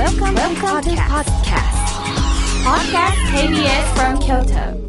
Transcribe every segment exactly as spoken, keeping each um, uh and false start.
Welcome, Welcome to podcast. Podcast ケービーエス from Kyoto.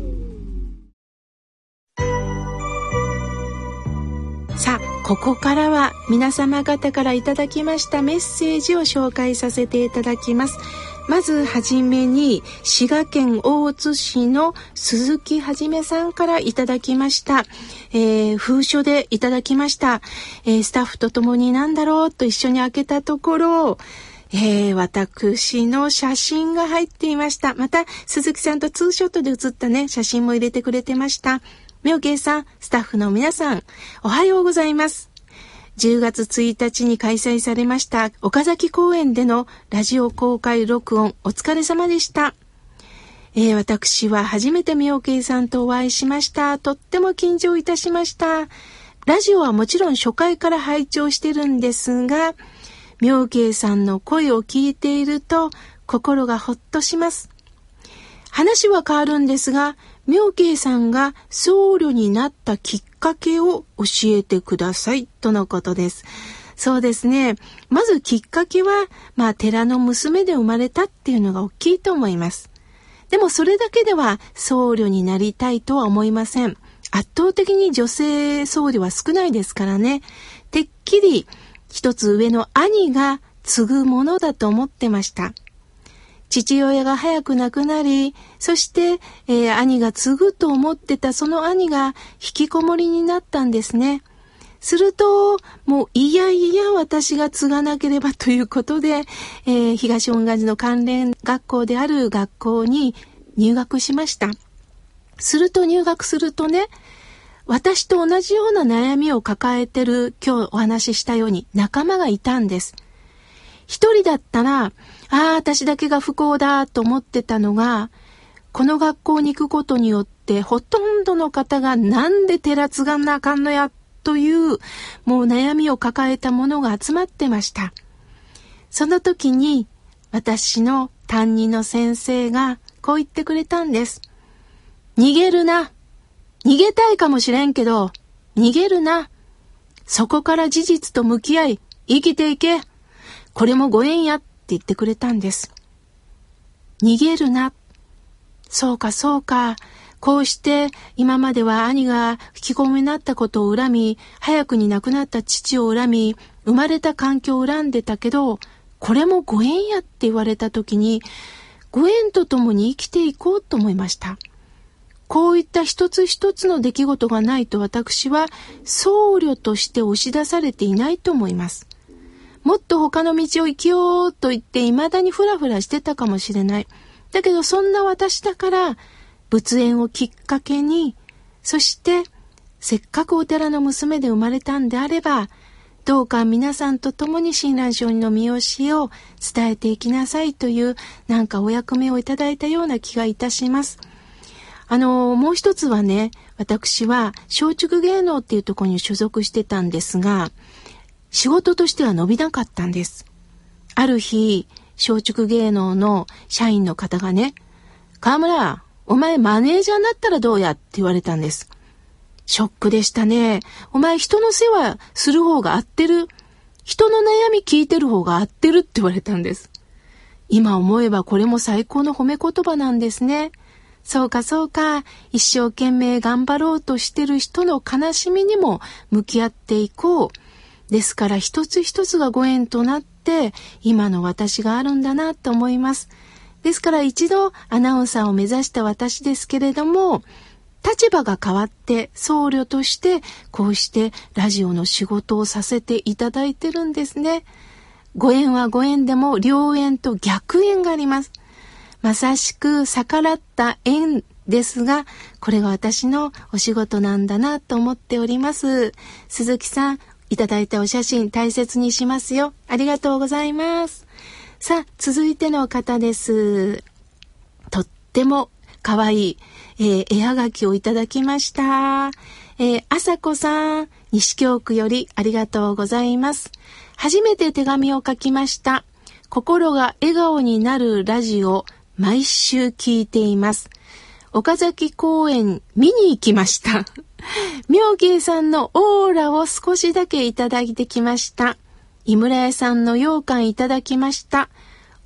さあ、ここからは皆様方からいただきましたメッセージを紹介させていただきます。まずはじめに滋賀県大津市の鈴木はじめさんからいただきました、えー、封書でいただきました、えー、スタッフと共に何だろうと一緒に開けたところ、えー、私の写真が入っていました。また鈴木さんとツーショットで写ったね写真も入れてくれてました。妙慶さん、スタッフの皆さん、おはようございます。じゅうがつついたちに開催されました岡崎公園でのラジオ公開録音、お疲れ様でした。えー、私は初めて妙慶さんとお会いしました。とっても緊張いたしました。ラジオはもちろん初回から拝聴してるんですが、妙慶さんの声を聞いていると心がほっとします。話は変わるんですが、妙慶さんが僧侶になったきっかけを教えてくださいとのことです。そうですね。まずきっかけは、まあ寺の娘で生まれたっていうのが大きいと思います。でもそれだけでは僧侶になりたいとは思いません。圧倒的に女性僧侶は少ないですからね。てっきり一つ上の兄が継ぐものだと思ってました。父親が早く亡くなり、そして、えー、兄が継ぐと思ってたその兄が引きこもりになったんですね。すると、もういやいや私が継がなければということで、えー、東恩賀寺の関連学校である学校に入学しました。すると入学するとね、私と同じような悩みを抱えてる、今日お話ししたように仲間がいたんです。一人だったら、ああ、私だけが不幸だと思ってたのが、この学校に行くことによってほとんどの方がなんで寺継がんなあかんのやというもう悩みを抱えたものが集まってました。その時に私の担任の先生がこう言ってくれたんです。逃げるな。逃げたいかもしれんけど、逃げるな。そこから事実と向き合い、生きていけ。これもご縁やって言ってくれたんです。逃げるな。そうかそうか。こうして今までは兄が引きこもりになったことを恨み、早くに亡くなった父を恨み、生まれた環境を恨んでたけど、これもご縁やって言われた時に、ご縁とともに生きていこうと思いました。こういった一つ一つの出来事がないと私は僧侶として押し出されていないと思います。もっと他の道を生きようと言って未だにフラフラしてたかもしれない。だけどそんな私だから仏縁をきっかけに、そしてせっかくお寺の娘で生まれたんであれば、どうか皆さんと共に親鸞上人の見教えを伝えていきなさいというなんかお役目をいただいたような気がいたします。あのもう一つはね、私は松竹芸能っていうところに所属してたんですが、仕事としては伸びなかったんです。ある日、松竹芸能の社員の方がね、河村、お前マネージャーになったらどうやって言われたんです。ショックでしたね。お前人の世話する方が合ってる。人の悩み聞いてる方が合ってるって言われたんです。今思えばこれも最高の褒め言葉なんですね。そうかそうか、一生懸命頑張ろうとしてる人の悲しみにも向き合っていこう。ですから一つ一つがご縁となって今の私があるんだなと思います。ですから一度アナウンサーを目指した私ですけれども、立場が変わって僧侶としてこうしてラジオの仕事をさせていただいてるんですね。ご縁はご縁でも良縁と逆縁があります。まさしく逆らった縁ですが、これが私のお仕事なんだなと思っております。鈴木さん、いただいたお写真大切にしますよ。ありがとうございます。さあ、続いての方です。とってもかわいい、えー、絵はがきをいただきました。えー、あさこさん、西京区よりありがとうございます。初めて手紙を書きました。心が笑顔になるラジオ、毎週聞いています。岡崎公園見に行きました。妙慶さんのオーラを少しだけいただいてきました。井村屋さんの羊羹いただきました。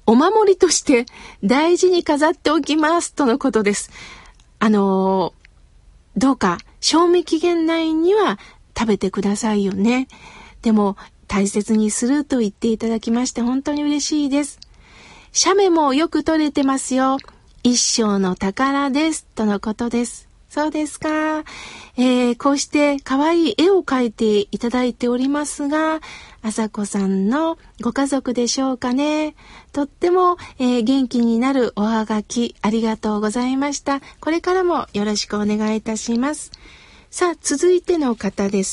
お守りとして大事に飾っておきますとのことです。あのー、どうか賞味期限内には食べてくださいよね。でも大切にすると言っていただきまして本当に嬉しいです。写メもよく撮れてますよ。一生の宝ですとのことです。そうですか。えー、こうして可愛い絵を描いていただいておりますが、あさこさんのご家族でしょうかね。とっても、えー、元気になるおはがきありがとうございました。これからもよろしくお願いいたします。さあ、続いての方です。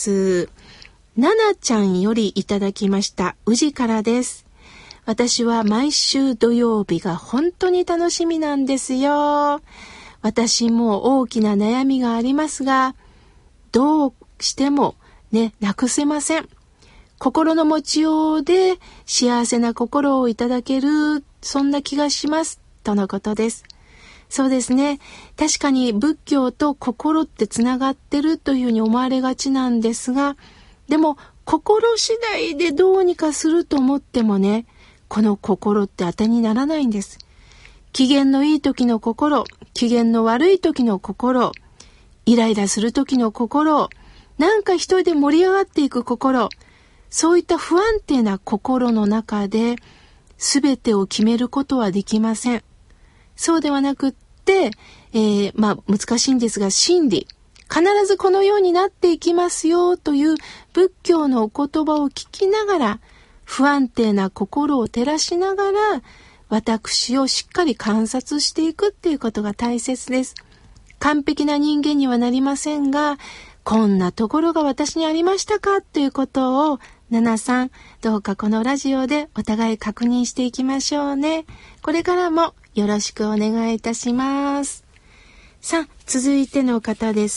ななちゃんよりいただきました。宇治からです。私は毎週土曜日が本当に楽しみなんですよ。私も大きな悩みがありますが、どうしてもね、なくせません。心の持ちようで幸せな心をいただける、そんな気がしますとのことです。そうですね。確かに仏教と心ってつながってるというふうに思われがちなんですが、でも心次第でどうにかすると思ってもね、この心って当てにならないんです。機嫌のいい時の心、機嫌の悪い時の心、イライラする時の心、なんか一人で盛り上がっていく心、そういった不安定な心の中で全てを決めることはできません。そうではなくって、えー、まあ難しいんですが、真理、必ずこのようになっていきますよという仏教のお言葉を聞きながら、不安定な心を照らしながら、私をしっかり観察していくっていうことが大切です。完璧な人間にはなりませんが、こんなところが私にありましたかということを、ナナさん、どうかこのラジオでお互い確認していきましょうね。これからもよろしくお願いいたします。さあ、続いての方です。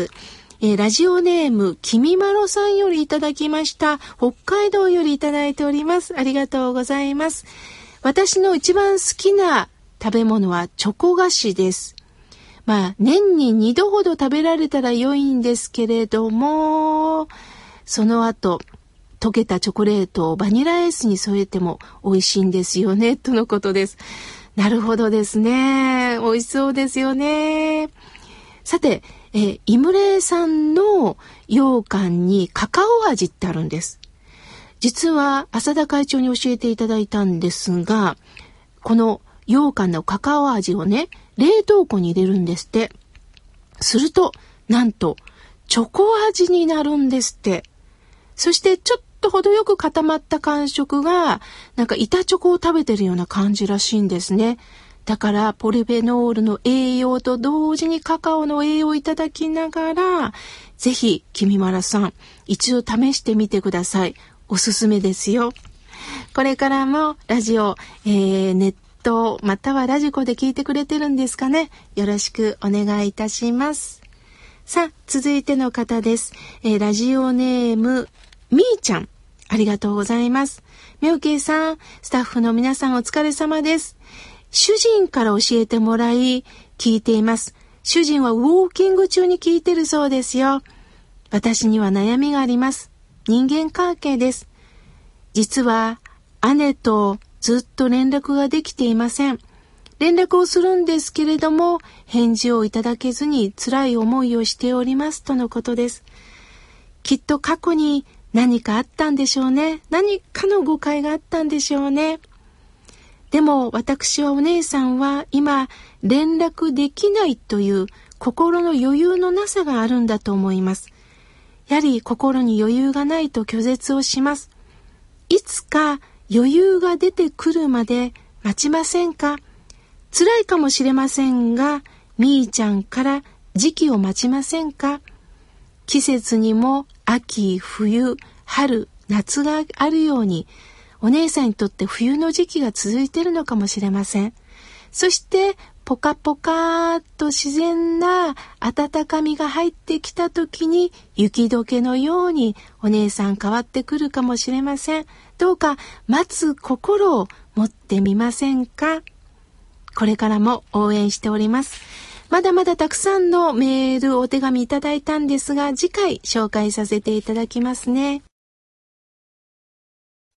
えー、ラジオネームきみまろさんよりいただきました。北海道よりいただいております。ありがとうございます。私の一番好きな食べ物はチョコ菓子です。まあ年ににどほど食べられたら良いんですけれども、その後溶けたチョコレートをバニラアイスに添えても美味しいんですよねとのことです。なるほどですね。美味しそうですよね。さて、えー、イムレイさんの羊羹にカカオ味ってあるんです。実は浅田会長に教えていただいたんですが、この羊羹のカカオ味をね、冷凍庫に入れるんですって。するとなんとチョコ味になるんですって。そしてちょっと程よく固まった感触がなんか板チョコを食べてるような感じらしいんですね。だからポリフェノールの栄養と同時にカカオの栄養をいただきながら、ぜひきみまらさん一度試してみてください。おすすめですよ。これからもラジオ、えー、ネットまたはラジコで聞いてくれてるんですかね。よろしくお願いいたします。さあ、続いての方です。えー、ラジオネームみーちゃん、ありがとうございます。みょうけいさん、スタッフの皆さんお疲れ様です。主人から教えてもらい聞いています。主人はウォーキング中に聞いてるそうですよ。私には悩みがあります。人間関係です。実は姉とずっと連絡ができていません。連絡をするんですけれども返事をいただけずに辛い思いをしておりますとのことです。きっと過去に何かあったんでしょうね。何かの誤解があったんでしょうね。でも私はお姉さんは今連絡できないという心の余裕のなさがあるんだと思います。やはり心に余裕がないと拒絶をします。いつか余裕が出てくるまで待ちませんか？辛いかもしれませんが、みーちゃんから時期を待ちませんか？季節にも秋、冬、春、夏があるように、お姉さんにとって冬の時期が続いているのかもしれません。そしてポカポカーと自然な温かみが入ってきた時に雪解けのようにお姉さん変わってくるかもしれません。どうか待つ心を持ってみませんか？これからも応援しております。まだまだたくさんのメールお手紙いただいたんですが、次回紹介させていただきますね。